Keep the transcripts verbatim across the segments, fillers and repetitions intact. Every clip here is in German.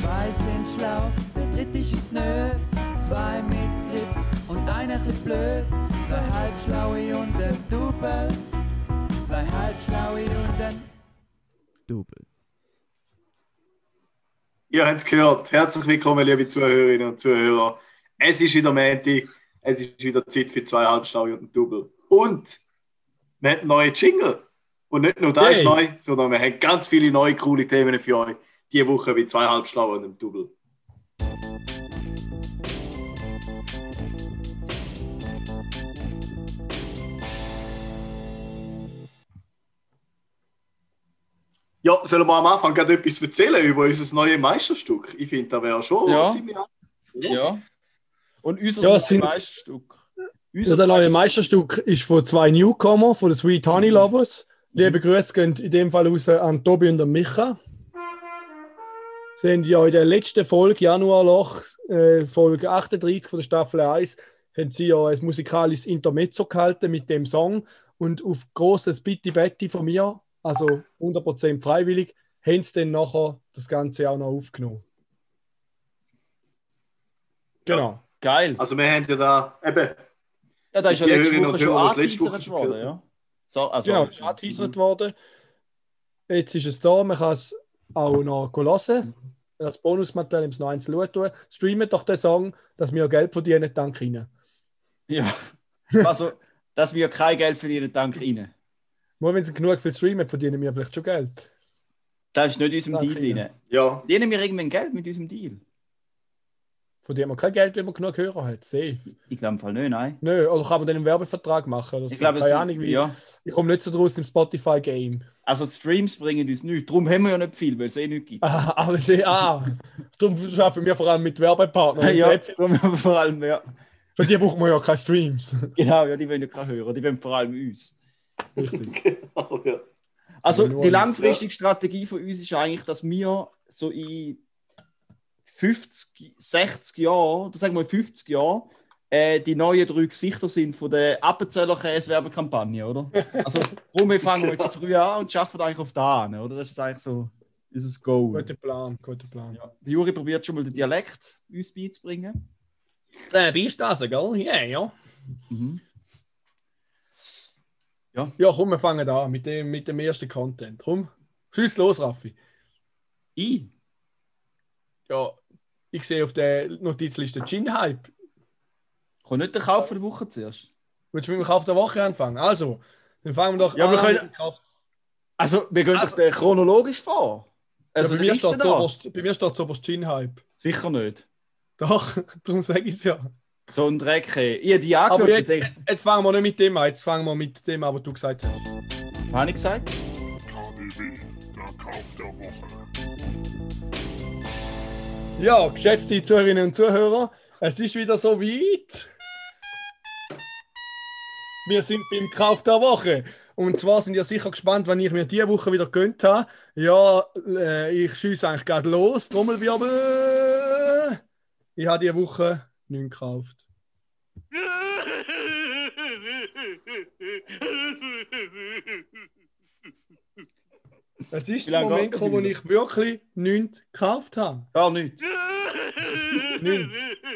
Zwei sind schlau, der dritte ist es nö. Zwei mit Grips und einer chli blöd. Zwei halbschlaue und ein Double. Zwei halbschlaue und ein Double. Ihr habt es gehört. Herzlich willkommen, liebe Zuhörerinnen und Zuhörer. Es ist wieder Montag. Es ist wieder Zeit für zwei halbschlaue und ein Double. Und wir haben neue Jingle. Und nicht nur das hey. ist neu, sondern wir haben ganz viele neue, coole Themen für euch. Diese Woche wie zwei halbschlaue und ein Double. Ja, sollen wir am Anfang gerade etwas erzählen über unser neues Meisterstück? Ich finde, das wäre schon ja. ziemlich an. Ja. Und unser ja, neues sind, Meisterstück. Unser ja, das neue Meisterstück ist von zwei Newcomer, von den Sweet Honey Lovers. Mhm. Liebe Grüße gehen in dem Fall raus an Tobi und an Micha. Sie haben ja in der letzten Folge, Januarloch, äh, Folge achtunddreißig von der Staffel eins, haben sie ja ein musikalisches Intermezzo gehalten mit dem Song. Und auf grosses Bitte Betty von mir, also hundert Prozent freiwillig, haben sie dann nachher das Ganze auch noch aufgenommen. Genau. Ja, geil. Also wir haben ja da eben... Ja, da ist ja letzte Woche schon angeteasert worden, ja. So, also genau, ist angeteasert worden. Jetzt ist es da, man kann es auch noch hören. Das Bonusmaterial im noch eins schauen. Streamen doch den Song, dass wir Geld verdienen, dank Ihnen. Ja, also, dass wir kein Geld verdienen, dank Ihnen. Nur wenn sie genug viel streamen, verdienen wir vielleicht schon Geld. Das ist nicht in unserem dank Deal Ihnen. rein. Ja. Verdienen wir irgendwann Geld mit unserem Deal? Verdienen wir kein Geld, wenn man genug Hörer hat. Safe. Ich glaube im Fall nicht, nein. Nö, oder kann man dann einen Werbevertrag machen? Oder so. Ich glaube, keine es, Ahnung, wie. Ja. Ich komme nicht so draus im Spotify-Game. Also Streams bringen uns nichts. Darum haben wir ja nicht viel, weil es eh nichts gibt. Ah, aber sie, ah. Darum arbeiten wir vor allem mit Werbepartnern. Ja, darum vor allem, ja. Für die brauchen wir ja keine Streams. Genau, ja, die wollen ja keine Hörer, die wollen vor allem uns. Richtig. Genau, ja. Also die langfristige Strategie von uns ist eigentlich, dass wir so in fünfzig, sechzig Jahren, oder sagen wir fünfzig Jahren, äh, die neuen drei Gesichter sind von der Appenzeller-Käse-Werbekampagne, oder? Also warum wir fangen wir jetzt früh an und schaffen eigentlich auf da an, oder? Das ist eigentlich so unser Goal. Guter Plan, guter Plan. Ja. Der Juri probiert schon mal den Dialekt uns beizubringen. Äh, bist du das, gell? Ja, yeah, ja. Mhm. Ja. Ja, komm, wir fangen an mit dem, mit dem ersten Content. Komm, schieß los, Raffi. Ich? Ja, ich sehe auf der Notizliste Gin-Hype. Kommt nicht der Kauf der Woche zuerst? Willst du mit dem Kauf der Woche anfangen? Also, dann fangen wir doch ja, an. Wir können, also, wir gehen also, doch chronologisch vor. Also, ja, bei, mir steht oberst, bei mir steht oberst Gin-Hype. Sicher nicht. Doch, darum sage ich es ja. So ein Dreck, ey. Ich habe die angehört. Aber jetzt, jetzt, jetzt fangen wir nicht mit dem an, jetzt fangen wir mit dem an, was du gesagt hast. Was habe ich gesagt? K D W, der Kauf der Woche. Ja, geschätzte Zuhörerinnen und Zuhörer, es ist wieder so weit. Wir sind beim Kauf der Woche. Und zwar sind ihr sicher gespannt, wenn ich mir diese Woche wieder gegönnt habe. Ja, äh, ich schiesse eigentlich gerade los. Trommelwirbel. Ich habe diese Woche nichts gekauft. Es ist der Moment gekommen, wo ich wirklich nichts gekauft habe. Gar nichts. Nichts.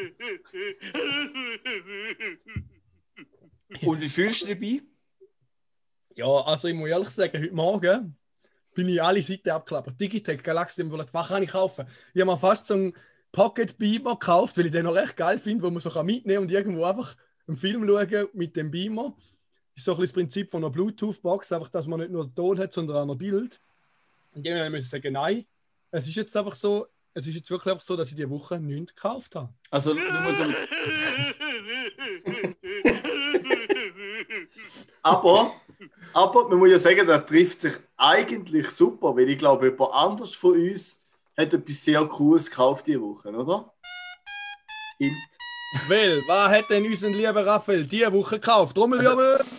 Und wie fühlst du dich dabei? Ja, also ich muss ehrlich sagen, heute Morgen bin ich alle Seiten abgeklappert. Digitech, Galaxy, was kann ich kaufen? Ich habe mir fast so einen Pocket Beamer gekauft, weil ich den noch recht geil finde, wo man so mitnehmen kann und irgendwo einfach einen Film schauen mit dem Beamer. Das ist so ein bisschen das Prinzip von einer Bluetooth-Box, einfach, dass man nicht nur den Ton hat, sondern auch ein Bild. Und irgendwann muss ich sagen, nein, es ist jetzt einfach so, es ist jetzt wirklich einfach so, dass ich diese Woche nichts gekauft habe. Also, nur so... aber, aber man muss ja sagen, das trifft sich eigentlich super, weil ich glaube, jemand anders von uns hat etwas sehr Cooles gekauft diese Woche, oder? Hint. Weil, was hat denn unser lieber Raphael diese Woche gekauft? Trommelwirbel! Also,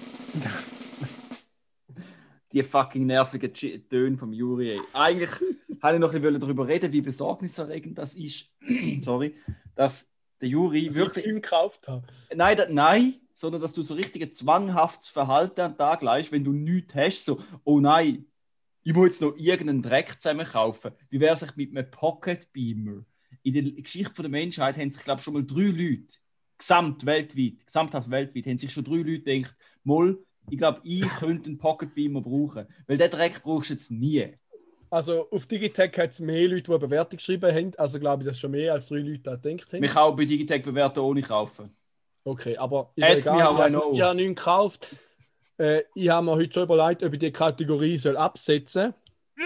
die fucking nervigen Töne vom Juri. Ey. Eigentlich wollte ich noch ein bisschen darüber reden, wie besorgniserregend das ist. Sorry. Dass der Juri dass wirklich. Ich ihn gekauft habe. Nein, da, nein, sondern dass du so richtig ein zwanghaftes Verhalten an den Tag legst, wenn du nichts hast. So, oh nein, ich muss jetzt noch irgendeinen Dreck zusammen kaufen. Wie wäre es mit einem Pocket Beamer? In der Geschichte der Menschheit haben sich, glaube ich, schon mal drei Leute, gesamt weltweit, gesamthaft weltweit, haben sich schon drei Leute gedacht, mal, ich glaube, ich könnte einen Pocket Beamer brauchen. Weil den Dreck brauchst du jetzt nie. Also auf Digitech hat es mehr Leute, die eine Bewertung geschrieben haben. Also glaube ich, dass schon mehr als drei Leute da gedacht haben. Man kann auch bei Digitech bewerten, ohne kaufen. Okay, aber ist Ask ja me egal. how I Ich habe know. ich habe nichts gekauft. Äh, ich habe mir heute schon überlegt, ob ich die Kategorie soll absetzen soll.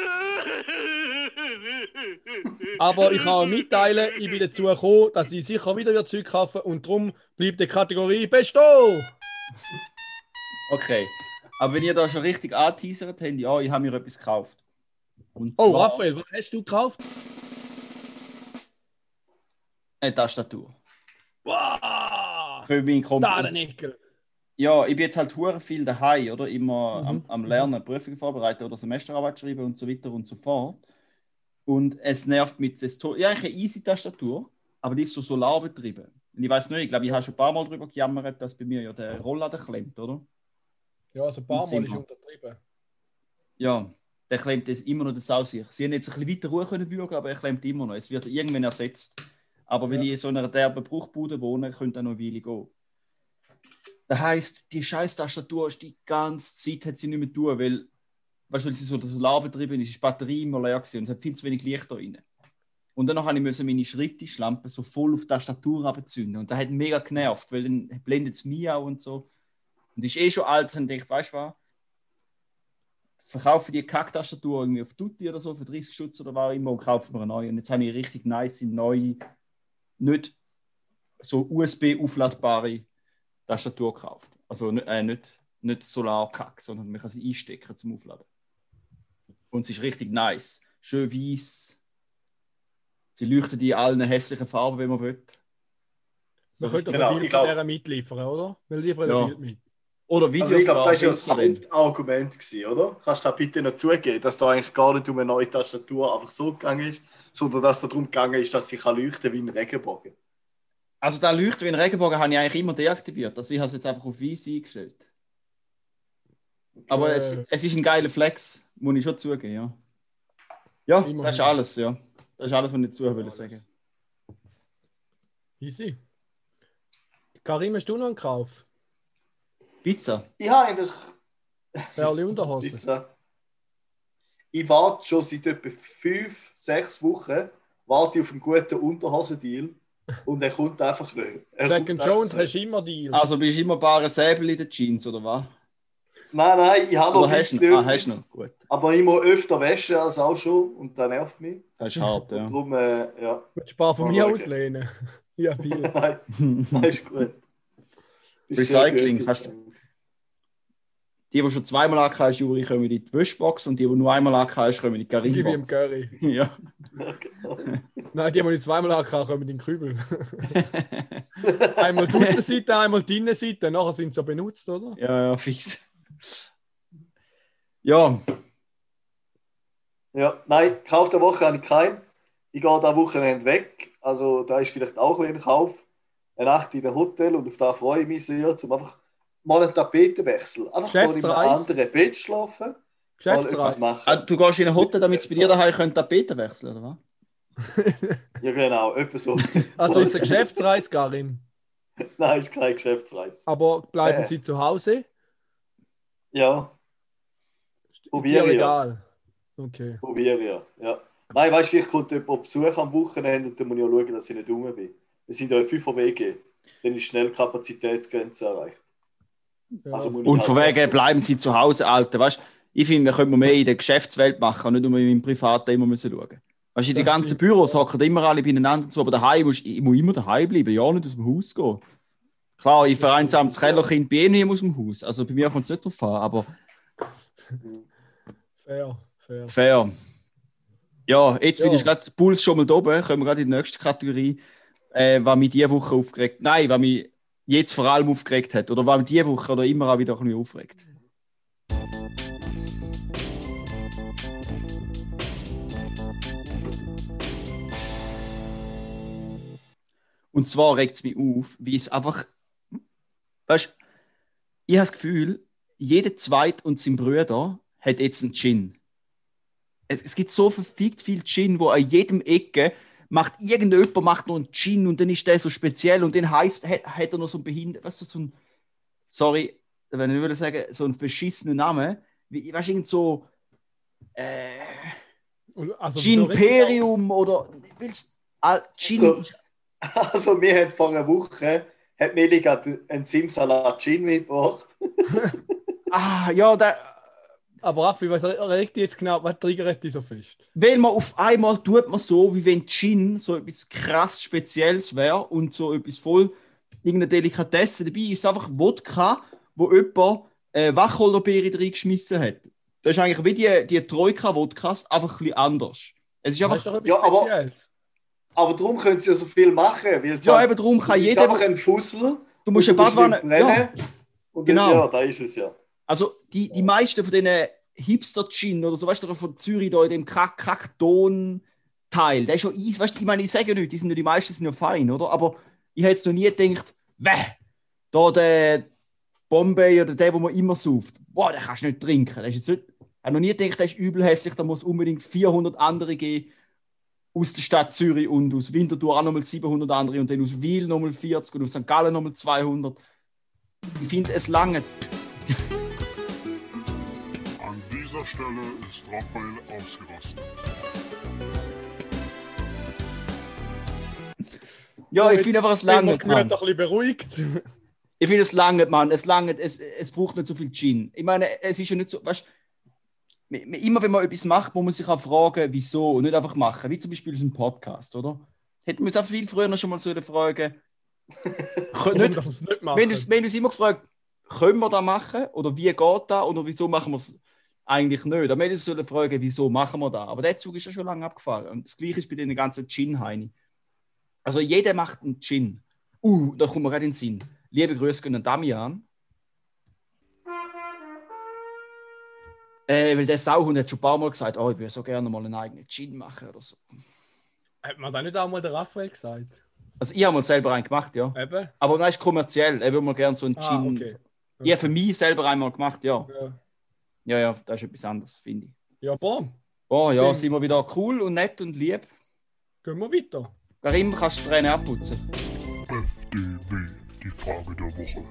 Aber ich kann auch mitteilen, ich bin dazu gekommen, dass ich sicher wieder Zeug kaufen werde und darum bleibt die Kategorie bestehen. Okay. Aber wenn ihr da schon richtig angeteasert habt, ja, ich habe mir etwas gekauft. Und Oh, zwar Raphael, was hast du gekauft? eine Tastatur. Wow! Für meinen Computer. Dadeneckel. Ja, ich bin jetzt halt hure viel daheim, oder? Immer Mhm. am, am Lernen, Prüfungen vorbereiten oder Semesterarbeit schreiben und so weiter und so fort. Und es nervt mit das to- ja, eigentlich eine easy Tastatur, aber die ist so solarbetrieben. Und ich weiß nicht, ich glaube, ich habe schon ein paar Mal darüber gejammert, dass bei mir ja der Rollladen klemmt, oder? Ja, also ein paar Im Mal ist Zimmer. untertrieben. Ja, der klemmt jetzt immer noch das aus sich. Sie haben jetzt ein bisschen weiter Ruhe können würgen, aber er klemmt immer noch. Es wird irgendwann ersetzt. Aber weil Ja. ich in so einer derben Bruchbude wohne, könnte er noch eine Weile gehen. Das heisst, die scheiß Tastatur ist die ganze Zeit hat sie nicht mehr tun, weil, weißt, weil sie so solarbetrieben ist, ist die Batterie immer leer gewesen und es hat viel zu wenig Licht da rein. Und dann musste ich meine Schreibtischlampe so voll auf die Tastatur abzünden. Und das hat mega genervt, weil dann blendet es mich auch und so. Und die ist eh schon alt und denkt, weißt du was? Verkaufe die Kack-Tastatur irgendwie auf Tutti oder so für dreißig Schutz oder was auch immer und kaufe mir eine neue. Und jetzt habe ich richtig nice, neue, nicht so U S B-aufladbare Tastatur gekauft. Also äh, nicht, nicht Solarkack, sondern man kann sie einstecken zum Aufladen. Und sie ist richtig nice. Schön weiß. Sie leuchtet in allen hässlichen Farben, wie man will. Man könnte Genau, doch ein ich Bild glaub- von dieser mitliefern, oder? Wir liefern Ja. ein Bild mit. Oder Videos Also ich glaube, das war ja das sogar, dann. Hauptargument, gewesen, oder? Kannst du da bitte noch zugeben, dass da eigentlich gar nicht um eine neue Tastatur einfach so gegangen ist, sondern dass es darum gegangen ist, dass sie kann leuchten wie ein Regenbogen. Also der Leuchten wie ein Regenbogen habe ich eigentlich immer deaktiviert. Also ich habe es jetzt einfach auf weiß eingestellt. Aber Äh, es, es ist ein geiler Flex, muss ich schon zugeben, ja. Ja, Immerhin. das ist alles, ja. Das ist alles, was ich dazu will Alles. sagen. Easy. Karim, hast du noch einen Kauf? Pizza. Ich habe eigentlich Perle Unterhose. Pizza. Ich warte schon seit etwa fünf, sechs Wochen warte ich auf einen guten Unterhosendeal und er kommt einfach nicht. Er Jack kommt and Jones einfach hast du immer Deals. Also bist du immer bare Säbel in den Jeans, oder was? Nein, nein, ich habe noch Oder ein hast du bisschen noch? Ah, hast etwas, du noch? Gut. aber ich muss öfter waschen als auch schon und das nervt mich. Das ist hart, ja. Darum, äh, ja. Willst du ein paar von Mal mir schauen. auslehnen? Ja, viel. Nein, das ist gut. Bist sehr Recycling, gut. kannst Die, die schon zweimal angehauen hast, Juri, kommen in die Wäschbox und die, die nur einmal angehauen hast, kommen in die Ich wie im Karinbox. Curry. Ja. Nein, die, die ich zweimal angehauen kommen in den Kübel. Einmal die Aussenseite, einmal die Innenseite. Nachher sind sie so benutzt, oder? ja, ja, fix. Ja, Ja, nein, Kauf der Woche habe ich keinen. Ich gehe da Wochenende weg. Also da ist vielleicht auch ein Kauf. Eine Nacht in einem Hotel und auf das freue ich mich sehr, um einfach mal einen Tapetenwechsel. Einfach mal in einem Geschäftsreise. anderen Bett schlafen. Mal etwas Geschäftsreise. machen. ah, du gehst in ein Hotel, damit sie bei dir daheim können Tapeten wechseln, oder was? Ja genau, etwas so. Also ist es eine Geschäftsreise, Karim. Nein, ist keine Geschäftsreise. Aber bleiben Äh. sie zu Hause? Ja, Dir probiere ja. egal. Okay. Probiere ja. ja. Nein, weißt du, vielleicht kommt jemand auf Besuch am Wochenende und dann muss ich auch schauen, dass ich nicht dumm bin. Wir sind ja in fünf W G. Dann ist schnell die Kapazitätsgrenze erreicht. Ja. Also muss ich Und halt- von wegen bleiben sie zu Hause, Alter. Weißt, ich finde, da können wir mehr in der Geschäftswelt machen und nicht nur im Privaten immer müssen schauen. Weißt du, in den Das ganzen stimmt. Büros hocken immer alle beieinander und so, aber daheim muss ich muss immer daheim bleiben, ja, nicht aus dem Haus gehen. Klar, ich vereinsame das Kellerkind bei jedem aus dem Haus. Also bei mir kommt es nicht drauf an, aber Fair, fair. fair. Ja, jetzt Ja. bin ich gerade Puls schon mal da oben, kommen wir gerade in die nächste Kategorie, äh, was mich diese Woche aufgeregt Nein, was mich jetzt vor allem aufgeregt hat. Oder was mich diese Woche oder immer auch wieder ein bisschen aufregt. Und zwar regt es mich auf, wie es einfach. Weißt du, ich habe das Gefühl, jeder Zweit und sein Bruder hat jetzt einen Gin. Es, es gibt so verfickt viel Gin, wo an jedem Ecke macht irgendjemand macht noch einen Gin und dann ist der so speziell und dann heisst, hat, hat er noch so ein behindert, weißt du, so ein, sorry, wenn ich würde sagen, so einen beschissenen Namen, wie, weißt du, irgend so äh, Also, Ginperium oder willst, ah, Gin. So. Also, wir haben vor einer Woche hat Meli gerade einen Simsalat Gin mitgebracht. Ah, ja, der. Aber Raffi, was regt dich jetzt genau, was triggert dich so fest? Wenn man auf einmal tut man so, wie wenn Gin so etwas krass Spezielles wäre und so etwas voll irgendeine Delikatesse dabei ist, einfach Wodka, wo jemand äh, Wacholderbeere reingeschmissen hat. Das ist eigentlich wie die, die Troika-Wodkas, einfach ein bisschen anders. Es ist einfach, Das ist doch etwas Ja, aber- Spezielles. Aber darum können sie ja so viel machen. Weil es ja, halt- eben darum kann es ist jeder. einfach ein Fussel. Du musst eine und musst Badwanne. nicht brennen. Ja, Und genau. dann, ja, da ist es ja. also die, die meisten von diesen Hipster-Gin oder so, weißt du, von Zürich da in dem Kack-Ton-Teil, der ist schon easy, weißt du, ich meine, ich sage nicht, die, sind ja, die meisten sind ja fein, oder? Aber ich hätte jetzt noch nie gedacht, weh, da der Bombay oder der, wo man immer sauft, boah, den kannst du nicht trinken. Das ist jetzt nicht, ich habe noch nie gedacht, der ist übel hässlich, da muss unbedingt vierhundert andere geben aus der Stadt Zürich und aus Winterthur auch nochmal siebenhundert andere und dann aus Wil nochmal vierzig und aus Sankt Gallen nochmal zweihundert. Ich finde, es lange. An dieser Stelle ist Raphael ausgerastet. Ja, ich finde einfach, es lange. Ich bin doch ein bisschen beruhigt. Ich finde, es lange, Mann. Es lange, es, es braucht nicht so viel Gin. Ich meine, es ist ja nicht so, weißt du, immer wenn man etwas macht, muss man sich auch fragen, wieso und nicht einfach machen. Wie zum Beispiel unseren Podcast, oder? Hätten wir uns auch viel früher noch schon mal so fragen. Warum, nicht, dass wir es nicht machen? wenn, uns, wenn uns immer gefragt, können wir das machen oder wie geht das oder wieso machen wir es eigentlich nicht? Dann hätten wir uns fragen, wieso machen wir das? Aber der Zug ist ja schon lange abgefahren. Und das Gleiche ist bei den ganzen Gin-Heini. Also jeder macht einen Gin. Uh, da kommt mir gerade in den Sinn. Liebe Grüße gehen an Damian. Äh, weil der Sauhund hat schon ein paar Mal gesagt, oh, ich würde so gerne mal einen eigenen Gin machen oder so. Hat man da nicht auch mal der Raphael gesagt? Also ich habe mal selber einen gemacht, ja. Eben? Aber nein, ist kommerziell. Er würde mal gerne so einen Gin. Ah, okay. Ich habe für mich selber einmal gemacht, ja. Ja, Ja, ja, das ist etwas anderes, finde ich. ja boah. Oh ja, Dem- sind wir wieder cool und nett und lieb. Gehen wir weiter. Karim, kannst du die Tränen abputzen? F D W, die Frage der Woche.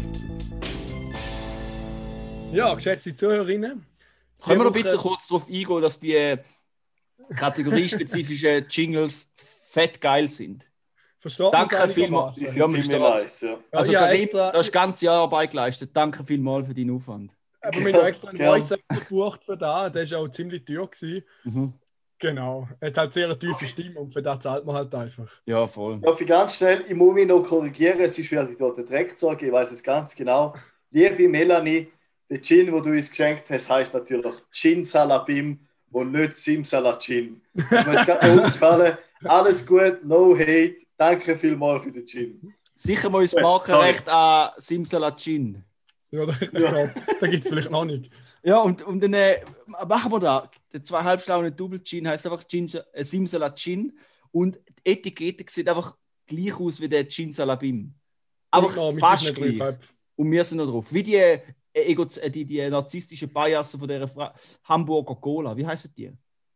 Ja, geschätzte Zuhörerinnen. Können wir noch ein Woche- bisschen kurz darauf eingehen, dass die äh, kategoriespezifischen Jingles fett geil sind? Versteht Danke man's vielmals. Die einigermaßen? sind Ja, man ziemlich versteht's. nice, ja. Also ja, Karim, extra- du hast ganze Jahr Arbeit geleistet. Danke vielmals für deinen Aufwand. Aber wir haben extra einen Gern. Voice gebucht für das. Der war auch ziemlich teuer gewesen. Mhm. Genau. Er hat halt sehr eine tiefe Stimme und für das zahlt man halt einfach. Ja, voll. Darf ich ganz schnell, ich muss mich noch korrigieren, es ist werde ich dort der Dreck sagen, ich weiß es ganz genau. Liebe Melanie, der Gin, den du uns geschenkt hast, heisst natürlich Gin Salabim und nicht Simsalat Gin. Ich muss gerade noch aufgefallen, alles gut, no hate, danke vielmals für den Gin. Sicher mal uns Gut, Markenrecht an Simsalat Gin. Ja, da, ich glaube, da gibt es vielleicht noch nicht. Ja, und, und dann äh, machen wir da. Der zwei halbschlaue Double Gin heißt einfach Gin, äh, Simsalat Gin. Und die Etikette sieht einfach gleich aus wie der Gin Salabim. Einfach Und noch mit fast unseren drei gleich. Köpfen. Und wir sind noch drauf. Wie die, äh, Ego, äh, die, die narzisstische Biasse von der Fra Hamburger Cola. Wie heißen die?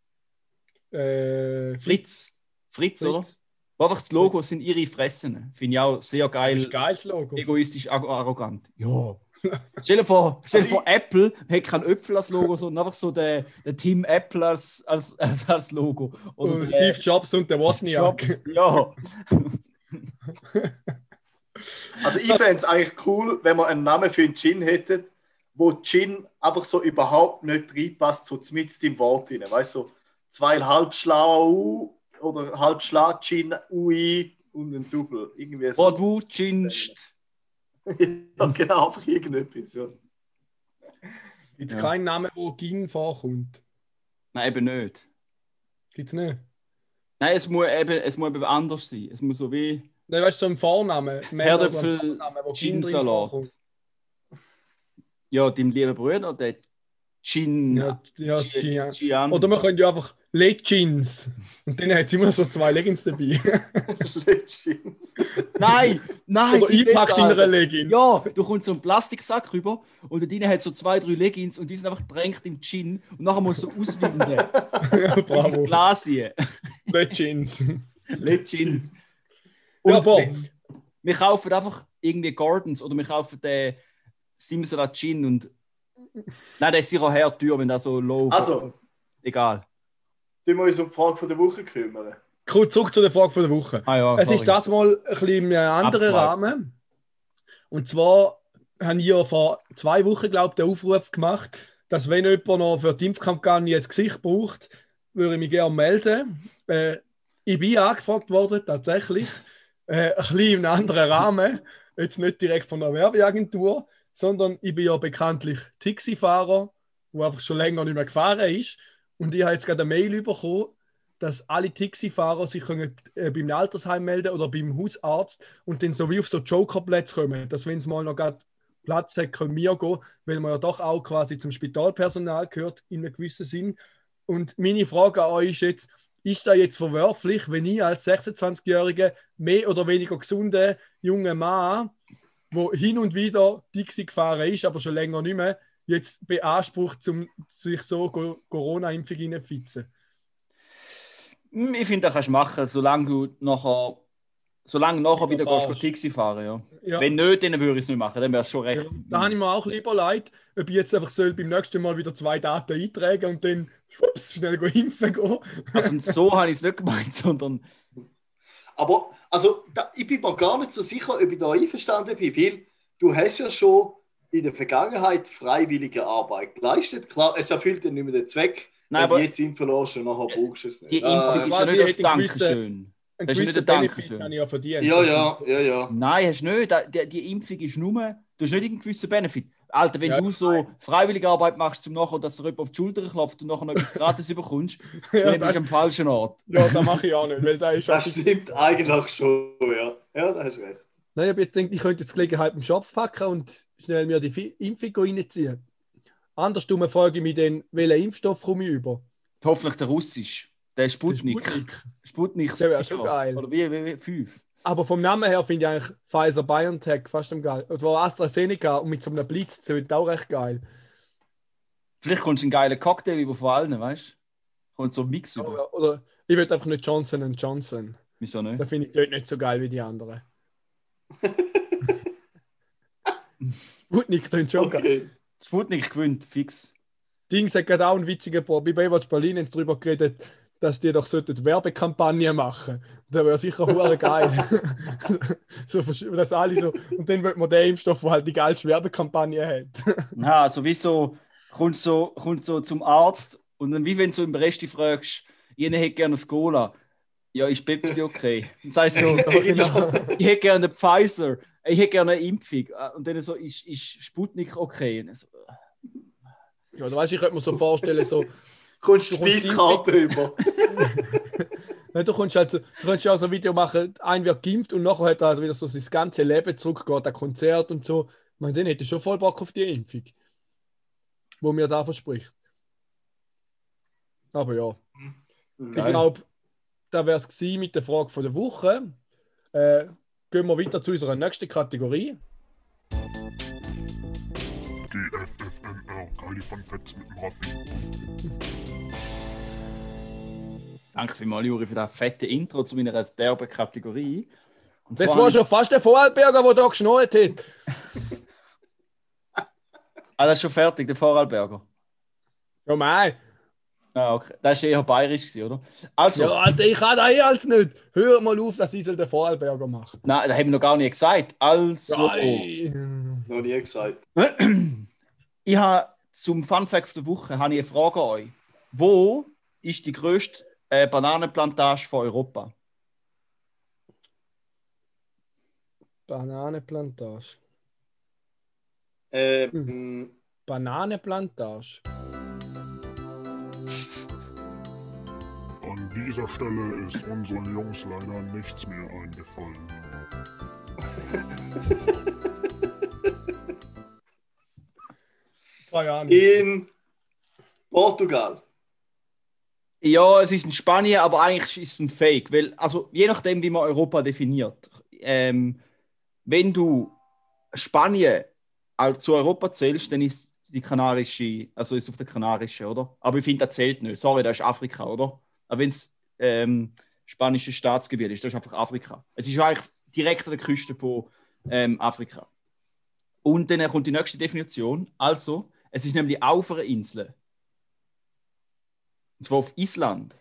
Äh, Fritz. Fritz, Fritz. oder? Wo einfach das Logo sind ihre Fressen. Finde ich auch sehr Das geil. ist ein geiles Logo. Egoistisch, arro- arrogant. Ja. Stell dir vor, stell dir vor Apple hat kein Äpfel als Logo, sondern einfach so der, der Team Apple als, als, als, als Logo. Oder Und der Steve Jobs und der Wozniak. Jobs. Ja. Also ich fände es eigentlich cool, wenn wir einen Namen für einen Gin hätten, wo Gin einfach so überhaupt nicht reinpasst, so mitten im Wort rein. Weißt du, so zwei halbschlau oder halbschlag Gin, U I und ein Double. Irgendwie so. Wo du ginst. Ja, genau, einfach irgendetwas. Ja. Gibt es Ja. keinen Namen, wo Gin vorkommt? Nein, eben nicht. Gibt es nicht? Nein, es muss eben, es muss eben anders sein. Es muss so wie Nein, weißt du, so ein Vorname. Männer- Herdöpfel, Vorname, wo Gin drin Gin-Salat. vorkommt. Ja, deinem lieben Bruder, der Gin. Ja, ja, Gin. Gian. Oder man könnte ja einfach Legends. Und dann hat es immer so zwei Leggings dabei. Legends. Nein, nein. Oder viel einpackt besser, in einer Alter. Leggings. Ja, du kommst so einen Plastiksack rüber und da drin hat so zwei, drei Leggings und die sind einfach drängt im Gin und nachher musst du so auswinden. Ja, ins bravo. Glas hier. Legends. Legends. Ja, Und aber wir, wir kaufen einfach irgendwie Gordons oder wir kaufen den Simsala Gin und nein, der ist sicher her teuer, wenn der so low. Also, Egal. tun wir uns um die Frage von der Woche kümmern. kurz zurück zu der Frage von der Woche. Ah, ja, Es sorry. ist das mal ein bisschen in einem anderen Abgeschweift. Rahmen. Und zwar haben wir vor zwei Wochen, glaube ich, den Aufruf gemacht, dass wenn jemand noch für die Impfkampagne ein Gesicht braucht, würde ich mich gerne melden. Äh, ich bin angefragt worden, tatsächlich. Äh, ein bisschen in einem anderen Rahmen. Jetzt nicht direkt von einer Werbeagentur, sondern ich bin ja bekanntlich Taxifahrer, der einfach schon länger nicht mehr gefahren ist. Und ich habe jetzt gerade eine Mail bekommen, dass alle Taxifahrer sich können, äh, beim Altersheim melden oder beim Hausarzt und dann so wie auf so Jokerplätze kommen, dass wenn es mal noch gerade Platz hat, können wir gehen, weil man ja doch auch quasi zum Spitalpersonal gehört in einem gewissen Sinn. Und meine Frage an euch ist jetzt, ist das jetzt verwerflich, wenn ich als sechsundzwanzigjähriger, mehr oder weniger gesunder junger Mann, der hin und wieder Taxi gefahren ist, aber schon länger nicht mehr, jetzt beansprucht, um sich so Go- Corona-Impfung reinzufitzen? Ich finde, das kannst du machen, solange du nachher, solange nachher wieder fahrst. gehst, Taxi fahren. Ja. Ja. Wenn nicht, dann würde ich es nicht machen, dann wäre es schon recht. Ja, da habe ich mir auch lieber leid, ob ich jetzt einfach soll beim nächsten Mal wieder zwei Daten eintragen und dann schwupps, schnell go impfen gehen. Also so habe ich es nicht gemeint, sondern Aber also, da, ich bin mir gar nicht so sicher, ob ich da einverstanden bin, weil du hast ja schon in der Vergangenheit freiwillige Arbeit geleistet. Klar, es erfüllt ja nicht mehr den Zweck, Nein, wenn aber du jetzt impfen lässt und nachher brauchst du es nicht. die Ah, Impfung ist ja quasi nicht als hätte ich gewusst, Dankeschön. Ein Das ist nicht gewisser ein Benefit Dankeschön. habe ich ja verdient. ja, ja, ja, ja. Nein, hast du nicht. Da- Die, die Impfung ist nur, du hast nicht einen gewissen Benefit. Alter, wenn Ja, du so freiwillige Arbeit machst, zum nachher, dass du jemand auf die Schulter klopft und nachher noch etwas gratis bekommst, Ja, dann bist das- du am falschen Ort. Ja, das mache ich auch nicht, weil da ist Das auch... stimmt eigentlich schon, ja. Ja, da hast du recht. Nein, ich habe jetzt gedacht, ich könnte jetzt die Gelegenheit im Shop packen und schnell mir die Fi- Impfung reinziehen. Andersrum frage ich mich dann, welchen Impfstoff komme ich über? Hoffentlich der Russisch. Der Der Sputnik. Sputnik. Sputnik. Der wäre schon geil. Oder wie, wie, wie fünf. Aber vom Namen her finde ich eigentlich Pfizer-BioNTech fast am geil. Oder AstraZeneca und mit so einem Blitz, das wird auch recht geil. Vielleicht kommst du einen geilen Cocktail über von allen, weißt du? Kommt so ein Mix über. Oder, oder ich würde einfach nicht Johnson and Johnson. Wieso nicht? Da finde ich dort nicht so geil wie die anderen. Sputnik klingt schon geil. Okay. Sputnik gewinnt, fix. Dings hat gerade auch einen witzigen Pro. Bei Baywatch Berlin haben sie darüber geredet, dass die doch sollten Werbekampagnen machen. Das wäre sicher hure geil. So, versch- dass alle so, und dann wird man den Impfstoff, der halt die geilste Werbekampagne hat. Ja, also wie so, kommst so, kommst so zum Arzt und dann wie wenn du so im Rest fragst, jeder hätte gerne eine Cola. Ja, ist Pepsi okay? Und sagst so, Genau. ich hätte gerne eine Pfizer, ich hätte gerne eine Impfung. Und dann so, ist, ist Sputnik okay? Und dann so, Ja, da weißt, ich könnte mir so vorstellen, so, Kommst du Du kommst Speiskarte über? nein, du kannst halt so, du kannst ja auch so ein Video machen, ein wird geimpft und nachher hat er halt wieder so sein ganzes Leben zurückgeht, ein Konzert und so. Ich meine, dann hätte ich schon voll Bock auf die Impfung, wo mir da verspricht. Aber ja. Ich Geil. glaube, das wäre es mit der Frage von der Woche. Äh, gehen wir weiter zu unserer nächsten Kategorie. G F F M R, Geile von Fett mit dem Raffi. danke vielmals, Juri, für das fette Intro zu meiner derben Kategorie. Und Das zwar- war schon fast der Vorarlberger, der da geschnurrt hat. Ah, das ist schon fertig, der Vorarlberger. Ja, mei. Ah, okay. Das war eher bayerisch, gewesen, oder? Also, Ja, also ich kann das eh als nicht. Hör mal auf, dass Isel den Vorarlberger macht. nein, das haben wir noch gar nicht gesagt. Also, Nein. Noch nie gesagt. ich habe zum Fun Fact der Woche habe ich eine Frage an euch. Wo ist die grösste äh, Bananenplantage von Europa? Bananenplantage. Ähm, Bananenplantage. An dieser Stelle ist unseren Jungs leider nichts mehr eingefallen. Keine Ahnung. in Portugal. Ja, es ist in Spanien, aber eigentlich ist es ein Fake. Weil, also, je nachdem, wie man Europa definiert. Ähm, wenn du Spanien als zu Europa zählst, dann ist die kanarische, also ist auf der kanarischen, oder? Aber ich finde, das zählt nicht. Sorry, das ist Afrika, oder? Aber wenn es ähm, spanisches Staatsgebiet ist, das ist einfach Afrika. Es ist eigentlich direkt an der Küste von ähm, Afrika. Und dann kommt die nächste Definition. Also, es ist nämlich auf einer Insel. Und zwar auf Island.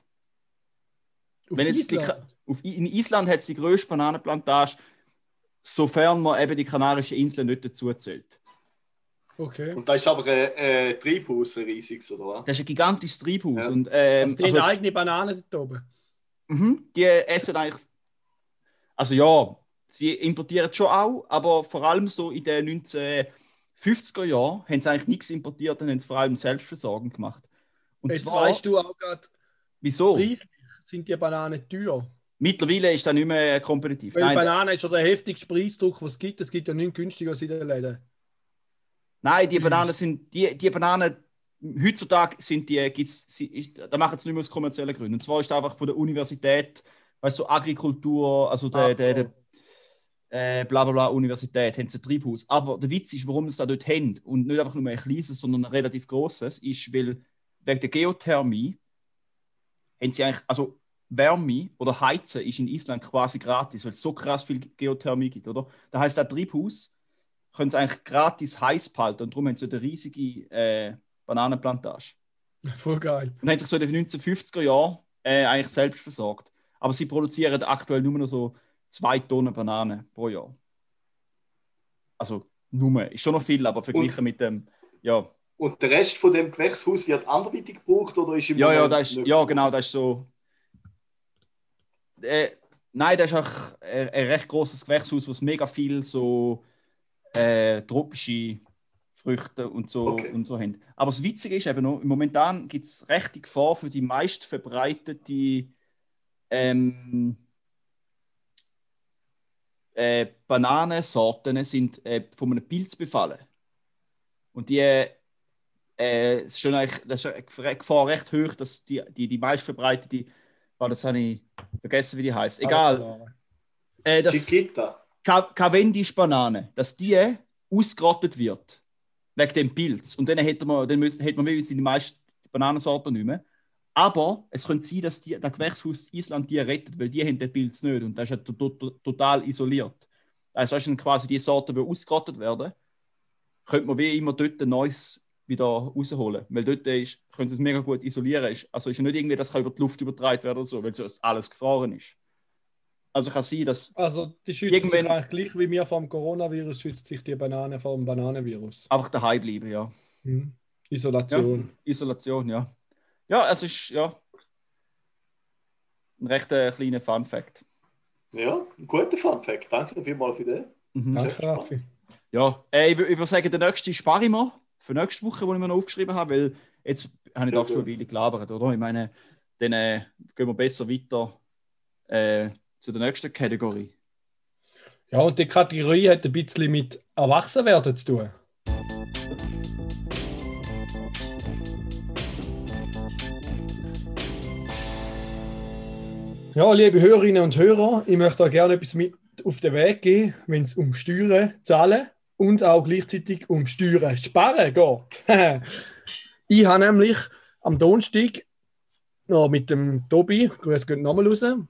Auf Wenn jetzt Island? Die, auf, in Island hat es die grösste Bananenplantage, sofern man eben die Kanarischen Inseln nicht dazu zählt. Okay. Und da ist aber ein, ein Treibhaus, ein riesiges, oder was? Das ist ein gigantisches Treibhaus. Ja. Und, ähm, Also die haben eigene Bananen dort oben. Mhm, die essen eigentlich. Also ja, sie importieren schon auch, aber vor allem so in den neunzehnhundertfünfziger Jahren haben sie eigentlich nichts importiert und haben es vor allem selbstversorgend gemacht. Und Jetzt zwar, weißt du auch gerade, wieso? preislich sind die Bananen teuer. Mittlerweile ist das nicht mehr kompetitiv. Weil Nein, Bananen ist ja der heftigste Preisdruck, was es gibt. Es gibt ja nichts günstiger als in den Läden. nein, die Bananen sind, die, die Bananen, heutzutage sind die, gibt's, sie, ist, da machen es nicht mehr aus kommerziellen Gründen. Und zwar ist einfach von der Universität, weißt du, so Agrikultur, also der, Ach so. der, der äh, bla bla bla Universität, haben sie ein Treibhaus. Aber der Witz ist, warum sie das dort haben und nicht einfach nur ein kleines, sondern ein relativ grosses, ist, weil wegen der Geothermie haben sie eigentlich, also Wärme oder Heizen ist in Island quasi gratis, weil es so krass viel Geothermie gibt, oder? Das heisst, das Treibhaus können sie eigentlich gratis heiß behalten und darum haben sie eine riesige äh, Bananenplantage. Voll geil. Und haben sich so in den neunzehnhundertfünfziger Jahren äh, eigentlich selbst versorgt. Aber sie produzieren aktuell nur noch so zwei Tonnen Bananen pro Jahr. Also nur, ist schon noch viel, aber verglichen Und- mit dem, ja. Und der Rest von dem Gewächshaus wird anderweitig gebraucht oder ist im Ja, ja, Moment das ist, nicht ja, gebraucht? genau, das ist so. Äh, nein, das ist auch ein, ein recht grosses Gewächshaus, wo es mega viel so äh, tropische Früchte und so, Okay. und so haben. Aber das Witzige ist eben noch, momentan gibt es recht die Gefahr für die meist verbreitete ähm, äh, Bananensorten sind äh, von einem Pilz befallen. Und die äh, ist schon eigentlich, das ist eine Gefahr recht hoch, dass die, die, die meist verbreitete, oh, das habe ich vergessen, wie die heißt. Egal. Äh, das Chiquita. Ca- Cavendish-Banane, dass die ausgerottet wird. Wegen dem Pilz. Und dann hätte man, dann müssen, hätte man die meisten Bananensorten nicht mehr. Aber es könnte sein, dass die, das Gewächshaus Island die rettet, weil die haben den Pilz nicht. Und das ist ja to to total isoliert. Also das sind quasi die Sorten, die ausgerottet werden. Könnte man wie immer dort ein neues wieder rausholen. Weil dort ist, können sie es mega gut isolieren. Ist- Also ist ja nicht irgendwie, dass es über die Luft übertragen werden oder so, weil sonst alles gefroren ist. Also kann sein, dass Also die schützen Irgendwann- sich eigentlich gleich wie wir vor dem Coronavirus, schützt sich die Banane vor dem Bananenvirus. einfach daheim bleiben, ja. Mhm. Ja, Isolation. Isolation, ja. Ja, es ist ja ein recht äh, kleiner Fun-Fact. Ja, ein guter Fun-Fact. Danke vielmals für den. Mhm. Danke, spannend. Raffi. Ja, äh, ich, wür- ich würde sagen, der nächste spare ich mir für nächste Woche, den ich mir noch aufgeschrieben habe, weil jetzt habe ich Sehr doch schon eine gut. Weile gelabert, oder? Ich meine, dann äh, gehen wir besser weiter äh, zu der nächsten Kategorie. Ja, und die Kategorie hat ein bisschen mit Erwachsenwerden zu tun. Ja, liebe Hörerinnen und Hörer, ich möchte euch gerne etwas mit auf den Weg geben, wenn es um Steuern zahlen und auch gleichzeitig um Steuern sparen geht. Ich habe nämlich am Donnerstag noch mit dem Tobi, grüß Gott nochmal raus. Das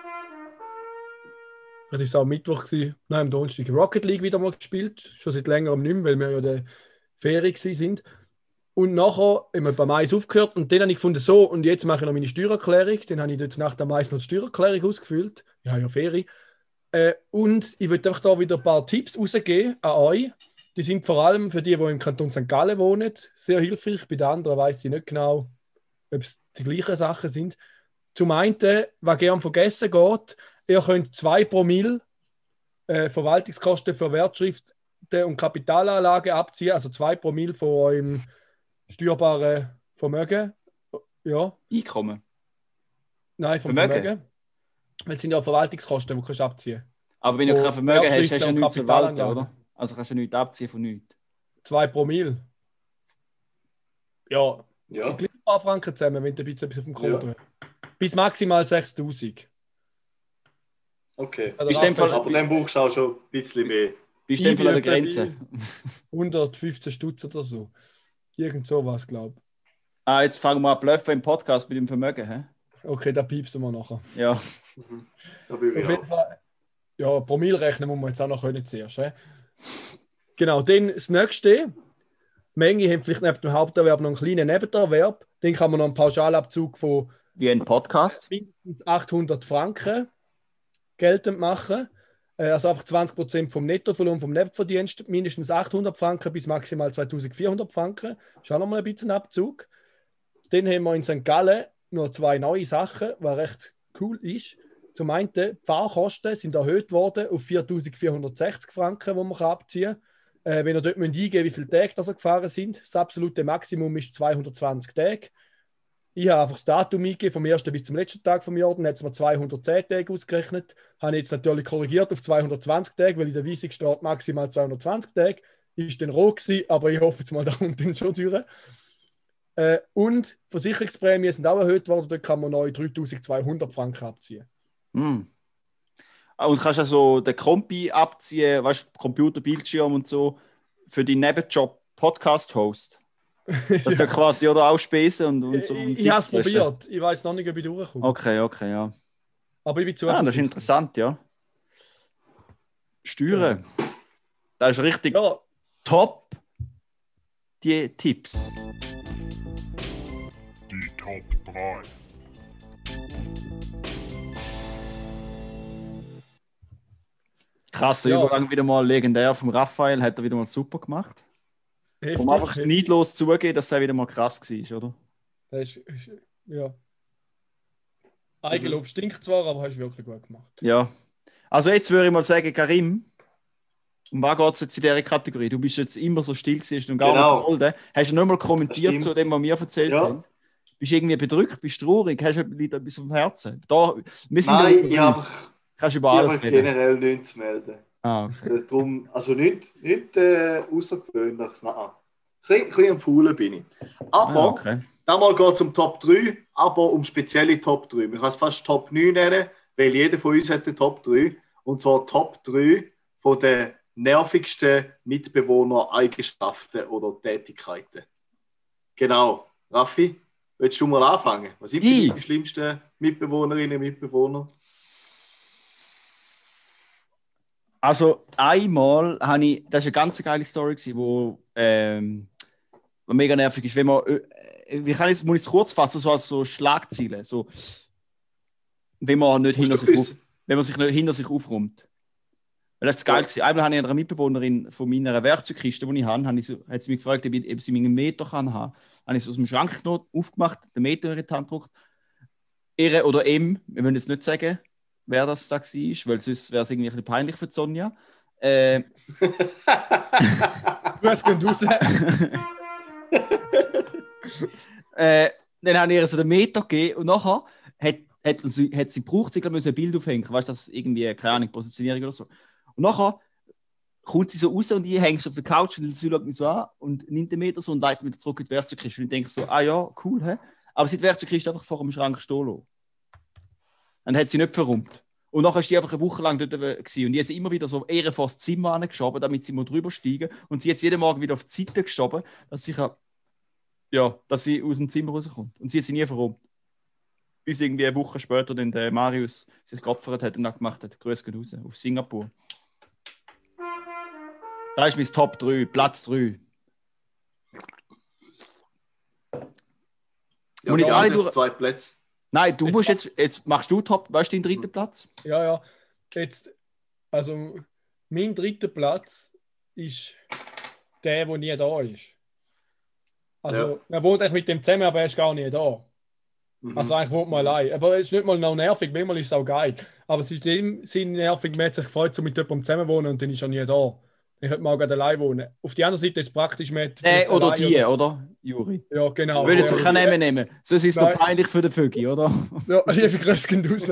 war auch am Mittwoch, gewesen, nein, am Donnerstag Rocket League wieder mal gespielt. Schon seit längerem nicht mehr, weil wir ja in der Ferien sind. Und nachher haben wir beim Mais aufgehört und dann habe ich gefunden, so, und jetzt mache ich noch meine Steuererklärung. Dann habe ich dort nach der Mais noch die Steuererklärung ausgefüllt. Ja, ja, Ferien. Äh, und ich würde einfach da wieder ein paar Tipps rausgeben an euch. Die sind vor allem für die, die im Kanton Sankt Gallen wohnen, sehr hilfreich. Bei den anderen weiss ich nicht genau, ob es die gleichen Sachen sind. Zum einen, was gerne vergessen geht, ihr könnt zwei Promille äh, Verwaltungskosten für Wertschriften und Kapitalanlagen abziehen, also zwei Promille von eurem steuerbaren Vermögen. Ja, Einkommen. nein, vom Vermögen? Vermögen. Weil es sind ja Verwaltungskosten, die du abziehen kannst. Aber wenn du Von kein Vermögen hast, hast du ja Wertschriften und nichts zu verwalten, Kapitalanlagen. oder? Also kannst du nichts abziehen von nichts. Zwei Promille. Ja, Ja, ein paar Franken zusammen, wenn du ein bisschen etwas auf dem Konto Ja. hast. Bis maximal sechstausend. Okay. Bist Also du in dem Raphael, Fall- Aber dann brauchst du auch schon ein bisschen mehr. Bist du in dem Fall an der Ich bin Grenze? hundertfünfzehn Stutz oder so. Irgend sowas, glaube ich. Ah, jetzt fangen wir an bluffen im Podcast mit dem Vermögen, hä? Okay, da piepsen wir nachher. Ja. Da bin ich Auf jeden auch. Fall, ja, Promille rechnen muss man jetzt auch noch können zuerst. He? Genau, dann das nächste. Menge haben vielleicht neben dem Haupterwerb noch einen kleinen Nebenerwerb. Den kann man noch einen Pauschalabzug von Wie ein Podcast. mindestens achthundert Franken geltend machen. Äh, Also einfach zwanzig Prozent vom Nettoverlohn vom Nebenverdienst, mindestens achthundert Franken bis maximal zweitausendvierhundert Franken. Das ist auch nochmal ein bisschen Abzug. Dann haben wir in Sankt Gallen noch zwei neue Sachen, was recht cool ist. Zum einen, die Fahrkosten sind erhöht worden auf viertausendvierhundertsechzig Franken, die man abziehen kann. Äh, wenn ihr dort eingeben müsst, wie viele Tage das ihr gefahren sind. Das absolute Maximum ist zweihundertzwanzig Tage. Ich habe einfach das Datum eingegeben, vom ersten bis zum letzten Tag vom Jahr. Dann hat es mir zweihundertzehn Tage ausgerechnet. Habe jetzt natürlich korrigiert auf zweihundertzwanzig Tage, weil in der Weisung steht maximal zweihundertzwanzig Tage. Ist dann roh gewesen, aber ich hoffe jetzt mal, da kommt dann schon durch. Äh, und Versicherungsprämien sind auch erhöht worden. Dort kann man neu dreitausendzweihundert Franken abziehen. Hm. Ah, und kannst also den Kompi abziehen, weißt du, Computer, Bildschirm und so, für deinen Nebenjob Podcast-Host. Das ist ja quasi oder auch Spesen und, und so. ich ich habe es probiert. Ich weiß noch nicht, ob ich durchkomme. Okay, okay, ja. Aber ich bin zu Ah, das ist interessant, ja. Steuern. Das ist richtig Ja, top, die Tipps. Die Top drei. Krasser Ja. Übergang wieder mal legendär vom Raphael, hat er wieder mal super gemacht. heftig. Um einfach neidlos zugeben, dass er wieder mal krass war, oder? Das ist, ist, ja. Eigenlob stinkt zwar, aber hast du wirklich gut gemacht. Ja. Also jetzt würde ich mal sagen, Karim, um was geht es jetzt in dieser Kategorie? Du bist jetzt immer so still gewesen und gar Genau. nicht geholfen. Hast du nicht mal kommentiert stimmt. zu dem, was wir erzählt Ja. haben? Bist du irgendwie bedrückt, bist du traurig, hast du etwas auf dem Herzen? Da, wir sind Nein, ja- ich habe einfach, kannst ich über habe alles reden. generell nichts zu melden. Ah, okay. Äh, Drum, also nicht, nicht äh, außergewöhnliches, nein. Ein bisschen- ein bisschen am Faulen bin ich. Aber, Ah, okay. damals geht es um Top drei, aber um spezielle Top drei. Man kann es fast Top neun nennen, weil jeder von uns hat eine Top drei. Und zwar Top drei von den nervigsten Mitbewohner-Eigenschaften oder Tätigkeiten. Genau. Raffi, willst du mal anfangen? Was sind Ich? die schlimmsten Mitbewohnerinnen und Mitbewohner? Also einmal habe ich, das war eine ganz geile Story, gewesen, wo, ähm, wo mega nervig ist. Wenn man, äh, wie kann ich es, muss ich es kurz fassen, so als so Schlagziele. So, wenn man nicht hinter Musst du sich, auf, wissen. wenn man sich nicht hinter sich aufräumt. Weil das ist das Geilste. Einmal habe ich eine Mitbewohnerin von meiner Werkzeugkiste, die ich habe, habe ich so, hat sie mich gefragt, ob, ich, ob sie meinen Meter kann haben. Habe ich es aus dem Schrank genommen, aufgemacht, den Meter in die Hand gedruckt. Ihre oder ihm, wir wollen jetzt nicht sagen, wer das da war, weil sonst wäre es irgendwie ein bisschen peinlich für die Sonja. Äh, Grüß gehen raus. äh, dann habe ich ihr so den Meter gegeben und nachher hat, hat, sie, hat sie gebraucht, sie glaub, müssen ein Bild aufhängen, weißt du, das ist irgendwie, keine Ahnung, Positionierung oder so. Und nachher kommt sie so raus und ich hänge so auf der Couch und sie schaut mich so an und nimmt den Meter so und leitet mich zurück in die Werkzeugkiste. Und ich denke so, ah ja, cool, hä? Aber sie hat die Werkzeugkiste einfach vor dem Schrank stehen lassen. Dann hat sie nicht verräumt. Und nachher war sie einfach eine Woche lang dort gewesen. Und ich habe sie immer wieder so eher vor das Zimmer angeschoben, damit sie mal drüber steigen. Und sie hat jeden Morgen wieder auf die Seite geschoben, dass sie, kann, ja, dass sie aus dem Zimmer rauskommt. Und sie hat sie nie verräumt. Bis irgendwie eine Woche später dann der Marius sich geopfert hat und dann gemacht hat, Grüß geht raus, auf Singapur. Da ist mein Top drei, Platz drei. Ja, Und jetzt ja, alle durch- zwei Plätze. Nein, du Jetzt musst jetzt, jetzt machst du Top, weißt du den dritten Platz? Ja, ja. Jetzt, also, mein dritter Platz ist der, der nie da ist. Also, Ja. er wohnt eigentlich mit dem zusammen, aber er ist gar nicht da. Mhm. Also, eigentlich wohnt man allein. Aber es ist nicht mal noch nervig, manchmal ist es auch geil. Aber es ist in dem Sinn nervig, man hat sich gefreut, so mit jemandem zusammen wohnen und dann ist er nie da. Ich könnte mal gerade allein wohnen. Auf der anderen Seite ist es praktisch, man hat Äh, vielleicht oder allein die, oder? Juri. Ja, genau. Ich will jetzt Ja, keinen Namen nehmen, sonst ist es noch Nein. peinlich für den Vögel, oder? Ja, liebe Grüße gehen raus.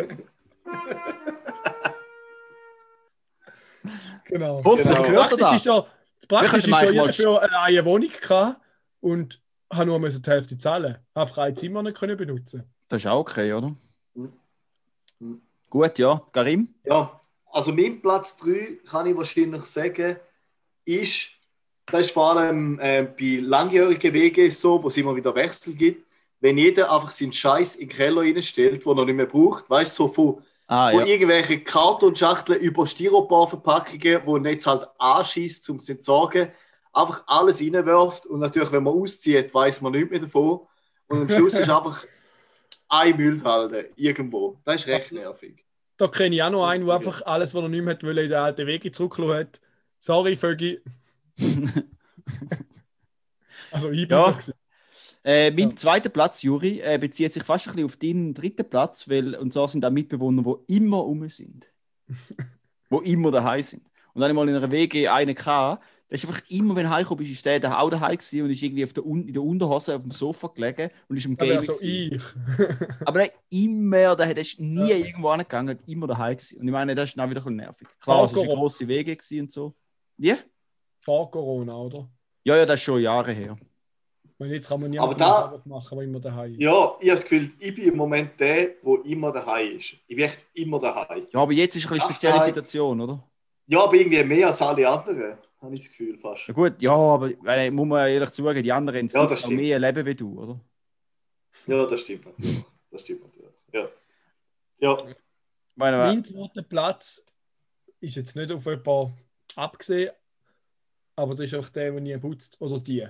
Genau. Hoffentlich Genau. hört er Praktisch ist das. ja, das Praktisch Wir ist können ja manchmal- jeder für eine eigene Wohnung gehabt und habe nur müssen die Hälfte zahlen. Einfach ein Zimmer nicht können benutzen. Das ist auch okay, oder? Mhm. Gut, ja. Karim? Ja, also mein Platz drei kann ich wahrscheinlich sagen, ist, das ist vor allem äh, bei langjährigen Wegen so, wo es immer wieder Wechsel gibt, wenn jeder einfach seinen Scheiß in den Keller reinstellt, den er nicht mehr braucht, weißt du, so von, Ah, von ja. irgendwelchen Kartonschachteln über Styroporverpackungen, wo nicht halt anschießt, um es zu entsorgen, einfach alles reinwirft und natürlich, wenn man auszieht, weiß man nichts mehr davon und am Schluss ist einfach ein Müllhalde irgendwo. Das ist recht nervig. Da kenne ich auch noch einen, der einfach alles, was er nicht mehr hat, weil er in den alten Wege zurückgelassen hat. Sorry, Vögi. Also ich bin Ja. so gewesen. Äh, mein Ja. zweiter Platz, Juri, äh, bezieht sich fast ein bisschen auf deinen dritten Platz, weil, und zwar sind da Mitbewohner, die immer rum sind. Die immer daheim sind. Und dann habe ich mal in einer W G einen gehabt, der ist einfach immer, wenn du heimgekommen bist, ist der, der auch daheim gewesen und ist irgendwie auf der, Un- in der Unterhose auf dem Sofa gelegen und ist im Das wäre Gaming. so gewesen. ich. Aber der immer, der, der ist nie Ja. irgendwo angegangen, immer daheim gewesen. Und ich meine, das ist dann wieder ein bisschen nervig. Klar, es war eine Corona. grosse W G gewesen und so. Wie? Vor Corona, oder? Ja, ja, das ist schon Jahre her. Weil jetzt kann man Aber niemand da- mehr machen, der immer daheim ist. Ja, ich habe das Gefühl, ich bin im Moment der, der immer daheim ist. Ich bin echt immer daheim. Ja, aber jetzt ist eine Ach, spezielle nein. Situation, oder? Ja, aber irgendwie mehr als alle anderen, habe ich das Gefühl fast. Ja gut, ja, aber weil, muss man ehrlich zugeben, die anderen Ja, das fix auch stimmt. mehr leben wie du, oder? Ja, das stimmt natürlich. Das stimmt natürlich. Ja. Ja. Ich meine, Mein dritter Platz ist jetzt nicht auf jemanden abgesehen, aber das ist auch der, der nie putzt. Oder die.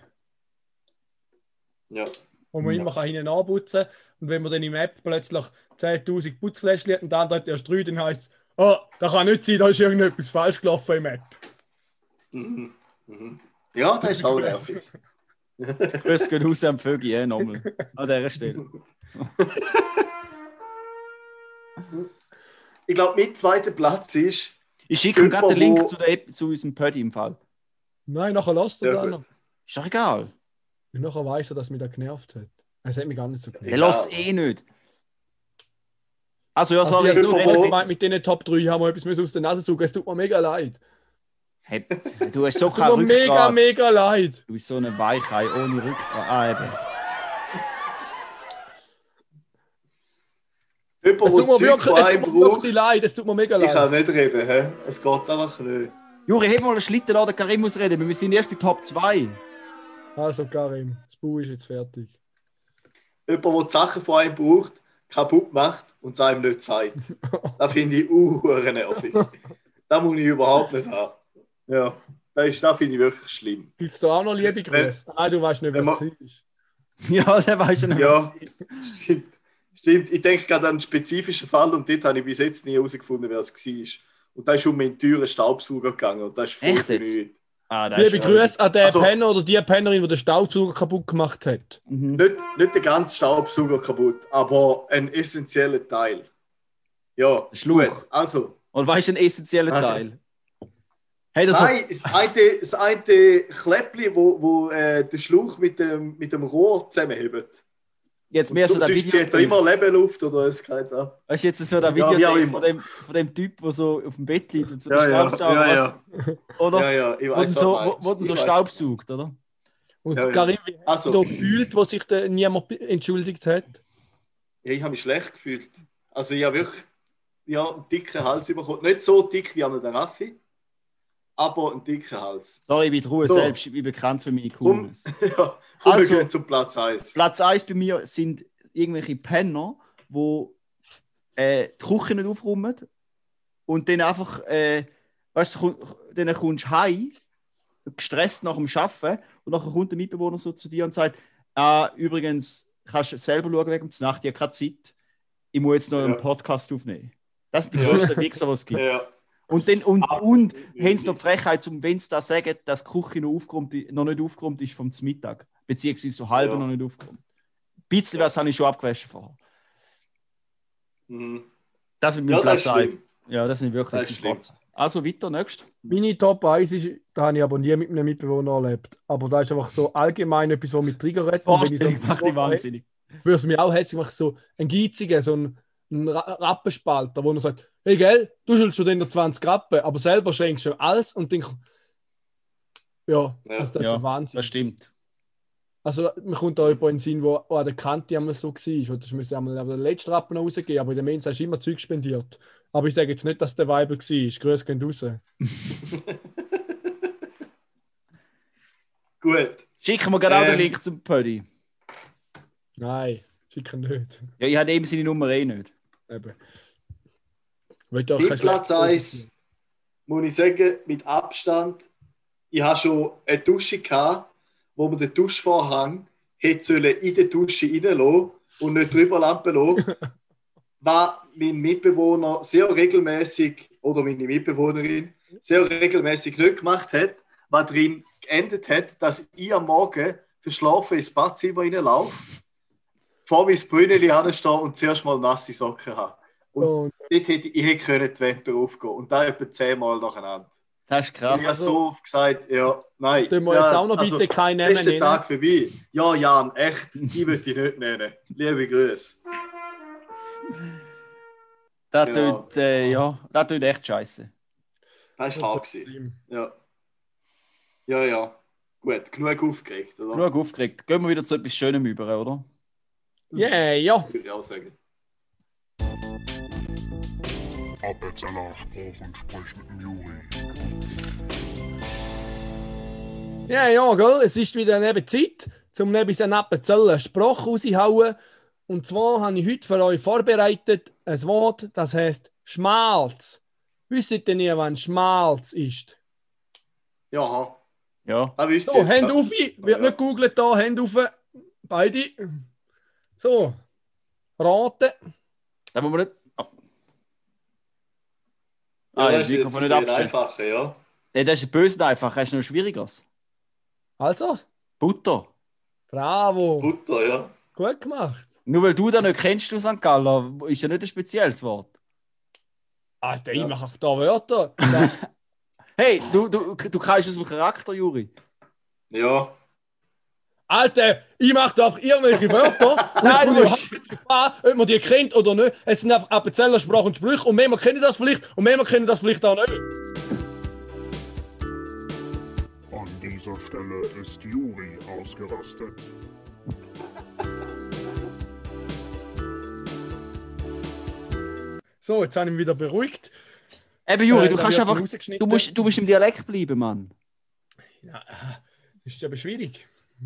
Ja. Wo man Ja. immer kann hinten anputzen kann. Und wenn man dann im App plötzlich zehntausend Putzfläschchen hat und der andere hat erst drei, dann heisst es, oh, das kann nicht sein, da ist irgendetwas falsch gelaufen im App. Mhm. Mhm. Ja, das ist auch nervig. Grüß gehen raus am Vögel, ja, nochmal. An dieser Stelle. Ich glaube, mein zweiter Platz ist. Ich schicke ihm gerade den Link Wo- zu, der, App- zu unserem Pödi im Fall. Nein, nachher lasst er Ja, da gut. noch. Ist doch egal. Und nachher weiss er, dass mich das genervt hat. Es hat mich gar nicht so Der genervt. Ja. lässt es eh nicht. Also, ja, Also, sorry, ich es habe tut nur mir Jemand, ehrlich wo- leid. gemeint, mit diesen Top drei haben wir etwas müssen aus der Nase suchen. Es tut mir mega leid. Hey, du hast so Es tut kein mir mega, Rückgrat. mega leid. Du bist so eine Weichei ohne Rückgrat. Ah, eben. Jemand, Es der tut mir das Zeug wirklich, von es einem tut mir braucht, wirklich leid. Es tut mir mega ich leid. kann nicht reden. He? Es geht einfach nicht. Juri, heb mal einen Schlitten an, der Karim muss reden. Wir sind erst bei Top zwei. Also, Karim, das Bu ist jetzt fertig. Jemand, der die Sachen von einem braucht, kaputt macht und es einem nicht sagt. Das finde ich uh, nervig. Das muss ich überhaupt nicht haben. Ja, das, ist, das finde ich wirklich schlimm. Gibt es da auch noch liebe Grüße? Nein, du weißt nicht, was Wenn es ist. Ja, der weiß schon nicht. Ja, stimmt. Stimmt. Ich denke gerade an einen spezifischen Fall und dort habe ich bis jetzt nie herausgefunden, wer es war. Und da ist um einen teuren Staubsauger gegangen und das ist voll Echt für jetzt? nichts. Ah, der ist Liebe schon- Grüße an den Also- Penner oder die Pennerin, die den Staubsauger kaputt gemacht hat. Mhm. Nicht, nicht der ganze Staubsauger kaputt, aber ein essentieller Teil. Ja, Der Schlauch. gut. Also, Und weißt du, ein essentieller Ah. Teil? Hey, das nein, das eine, das eine Kläppli, wo, wo äh, der Schlauch mit dem, mit dem Rohr zusammenhebt. jetzt Und mehr so so, das sonst Video. zieht er immer Lebenluft oder es geht ab. Weißt du, jetzt so das Ja, Video wie auch von, immer. dem, von dem Typ, der so auf dem Bett liegt und so Ja, den ja, Staubsauger, ja, ja. weißt du? Oder? Ja, ja, ich Wo weiß dann so, was wo, du wo dann meinst. so Ich weiss. Staubsaugt, oder? Und Ja, ja. Karim, wie Also. hast du da gefühlt, wo sich da niemand be- entschuldigt hat? Ja, ich habe mich schlecht gefühlt. Also ich habe wirklich ja, einen dicken Hals bekommen. Nicht so dick wie an der Raffi, aber einen dicken Hals. Sorry, ich bin Ruhe So. selbst, ich bin bekannt für meine Komm, Coolness. ja, komm Also- wir gehen zum Platz eins. Platz eins bei mir sind irgendwelche Penner, die äh, die Küche nicht aufräumen und dann einfach, äh, weißt du, komm- dann kommst du heim, gestresst nach dem Arbeiten und nachher kommt der Mitbewohner so zu dir und sagt, ah, übrigens, kannst du selber schauen wegen der Nacht, ich habe keine Zeit, ich muss jetzt noch einen Ja. Podcast aufnehmen. Das sind die Ja. größten Wichser, die es gibt. Ja, Und, dann, und, Absolut. und haben sie noch die Frechheit, um, wenn sie da sagen, dass die Küche noch, aufgeräumt, i- noch nicht aufgeräumt ist vom Mittag. Beziehungsweise so halb Ja. noch nicht aufgeräumt. Ein bisschen was habe ich schon abgewaschen vorher. mhm. Das ist mein Ja, das Platz ist eins. schlimm. Ja, das sind wirklich Das ist zum Kotzen. Also weiter, nächst. Meine Top eins ist, da habe ich aber nie mit einem Mitbewohner erlebt. Aber da ist einfach so allgemein etwas, was mich triggert. Und wenn ich so Vorstellung macht die wahnsinnig. würde es mich auch hässlich machen, so ein Geiziger, so ein, ein Ra- Rappenspalter, wo er sagt, hey gell, du schuldest schon den zwanzig Rappen, aber selber schenkst du alles und denkst, ja, Ja. also das ist Ja, ja Wahnsinn. Das stimmt. Also, mir kommt da jemand in den Sinn, wo an der Kante einmal so war. Oder ich müsste einmal den letzten Rappen noch rausgeben, aber in der Mensa hast du immer Zeug spendiert. Aber ich sage jetzt nicht, dass der Weiber war. Grüße gehen raus. Gut. Schicken wir genau Ähm. den Link zum Pödi. Nein, schicken nicht. Ja, ich habe eben seine Nummer eh nicht. Eben. Will doch Mit kein Platz schlechtes- eins muss ich sagen, mit Abstand, ich hatte schon eine Dusche gehabt, wo man den Duschvorhang hätte sollen in die Dusche reinlassen und nicht drüber lampen lassen, was mein Mitbewohner sehr regelmäßig oder meine Mitbewohnerin sehr regelmäßig nicht gemacht hat, was darin geendet hat, dass ich am Morgen verschlafen ins Badzimmer reinlaufe, vor mein Brünneli anstehe und zuerst mal nasse Socken habe. Und Und dort hätte ich, ich hätte können die Wände draufgehen und da etwa zehnmal nacheinander. Das ist krass. Ich habe so oft gesagt, ja, nein. tun wir ja, jetzt auch noch bitte keinen Namen Letzter nennen. Tag vorbei. Ja, Jan, echt, ich würde dich nicht nennen. Liebe Grüße. Das Genau. tut, äh, ja, das tut echt scheiße. Das war hart. gewesen. Ja. Ja, ja. Gut, genug aufgeregt, oder? Genug aufgeregt. Gehen wir wieder zu etwas Schönem über, oder? Yeah, ja. Würde ich auch sagen. Appenzeller Spruch und sprich mit dem Juri. Ja, ja, gell? Es ist wieder neben Zeit, um neben seinen Appenzellen Spruch rauszuhauen. Und zwar habe ich heute für euch vorbereitet ein Wort, das heißt Schmalz. Wisst ihr denn, wann Schmalz ist? Ja, Ja. das wisst So, ihr jetzt. Hände ja. auf, wird nicht googelt da, Hände auf, beide. So, raten. Da muss man nicht. Oh. Ja, Ah, ja, das das ist Mikrofon jetzt nicht ein bisschen abstellen. einfacher, ja. Nee, das ist böse einfach. Das ist noch schwieriges. Also, Butter. bravo, Butter, ja. gut gemacht. Nur weil du das nicht kennst, du Sankt Galler, ist ja nicht ein spezielles Wort. Alter, Ja. ich mache da Wörter. Ja. Hey, du, du, du kannst aus dem Charakter, Juri. Ja. Alter, ich mache da einfach irgendwelche Wörter. Nein, Und du ich musst- habe gefragt, ob man die kennt oder nicht. Es sind einfach Appenzeller Sprache und Sprüche. Und manchmal kennen das vielleicht und manchmal kennen das vielleicht auch nicht. An dieser Stelle ist Juri ausgerastet. So, jetzt habe ich mich wieder beruhigt. Eben, Juri, Äh, du da kannst wird einfach. rausgeschnitten. Du musst, du musst im Dialekt bleiben, Mann. Ja, äh, ist aber schwierig.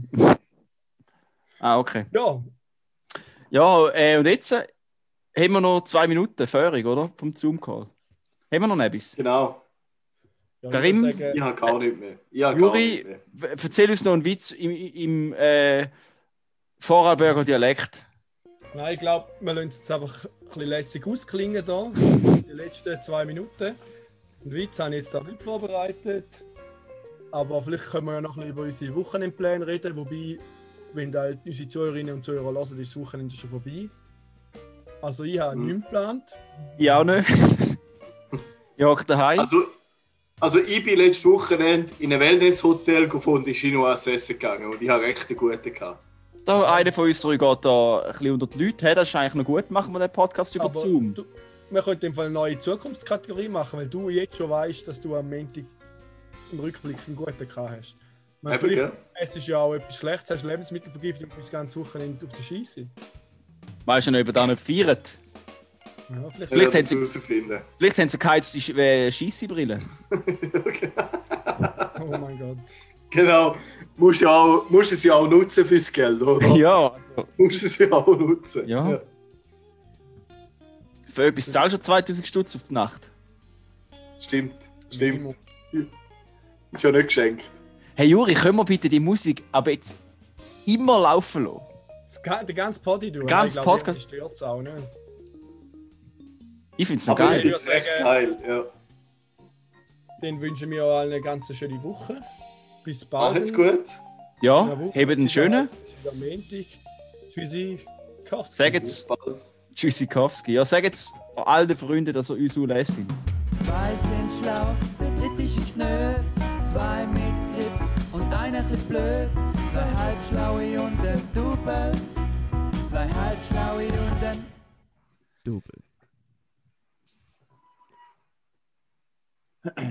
Ah, okay. Ja, Ja, äh, und jetzt äh, haben wir noch zwei Minuten Führung, oder? Vom Zoom-Call. Haben wir noch etwas? Genau. ja Karim? ich würde Ich sagen, habe gar nicht mehr. Ich habe gar Juri, nicht mehr. w- erzähl uns noch einen Witz im, im äh, Vorarlberger Dialekt. nein, ich glaube, wir lassen es jetzt einfach ein bisschen lässig ausklingen da. Die letzten zwei Minuten. Und Witz habe ich jetzt da nicht vorbereitet. Aber vielleicht können wir ja noch ein bisschen über unsere Wochenendpläne reden. Wobei, wenn da unsere Zuhörerinnen und Zuhörer hören, ist das Wochenende schon vorbei. Also ich habe Mhm. nichts geplant. Ich auch nicht. Ich hocke daheim. Also, also ich bin letztes Wochenende in einem Wellness-Hotel gefunden, in Chinoise essen gegangen und ich habe recht einen guten gehabt. Da, einer von uns drei geht da ein bisschen unter die Leute. Hey, das ist eigentlich noch gut. Machen wir den Podcast über Aber Zoom. Du, wir könnten im Fall eine neue Zukunftskategorie machen, weil du jetzt schon weißt, dass du am Montag im Rückblick einen guten gehabt hast. Man, Eben, vielleicht gell? es ist ja auch etwas Schlechtes, hast Lebensmittelvergiftung und das ganze Wochenende auf der Scheisse. Weißt du noch, ob er da nicht feiert? Ja, vielleicht Vielleicht Ja, haben sie- das herausfinden. Vielleicht haben sie geheizte Sch- äh, Scheissebrille. Oh mein Gott. Genau. Musst, ja auch, musst es ja auch nutzen fürs Geld, oder? Ja, also, Musst es ja auch nutzen. Ja. für etwas zahlst du zweitausend Stutz auf die Nacht. Stimmt, stimmt. Ist ja nicht geschenkt. Hey Juri, können wir bitte die Musik aber jetzt immer laufen lassen? Das ga- Der ganze Poddy, du. Ganz Ich glaube, Podcast- das stört es auch nicht. Ich finde es noch Aber geil. ich finde es echt geil. Ja. Dann wünschen wir allen eine ganz schöne Woche. Bis bald. Macht's gut. Ja, Ja, Woche. hebt einen schönen. Es ist wieder Montag. Tschüssi. Kowski. Sag Bis jetzt bald. Tschüssikowski. Ja, sag jetzt all den Freunden, dass er uns les findet. Zwei sind schlau, der dritte ist nö. Zwei mit Grips und einer chli blöd. Zwei halbschlaue und ein Double. Zwei halbschlaue und ein Double.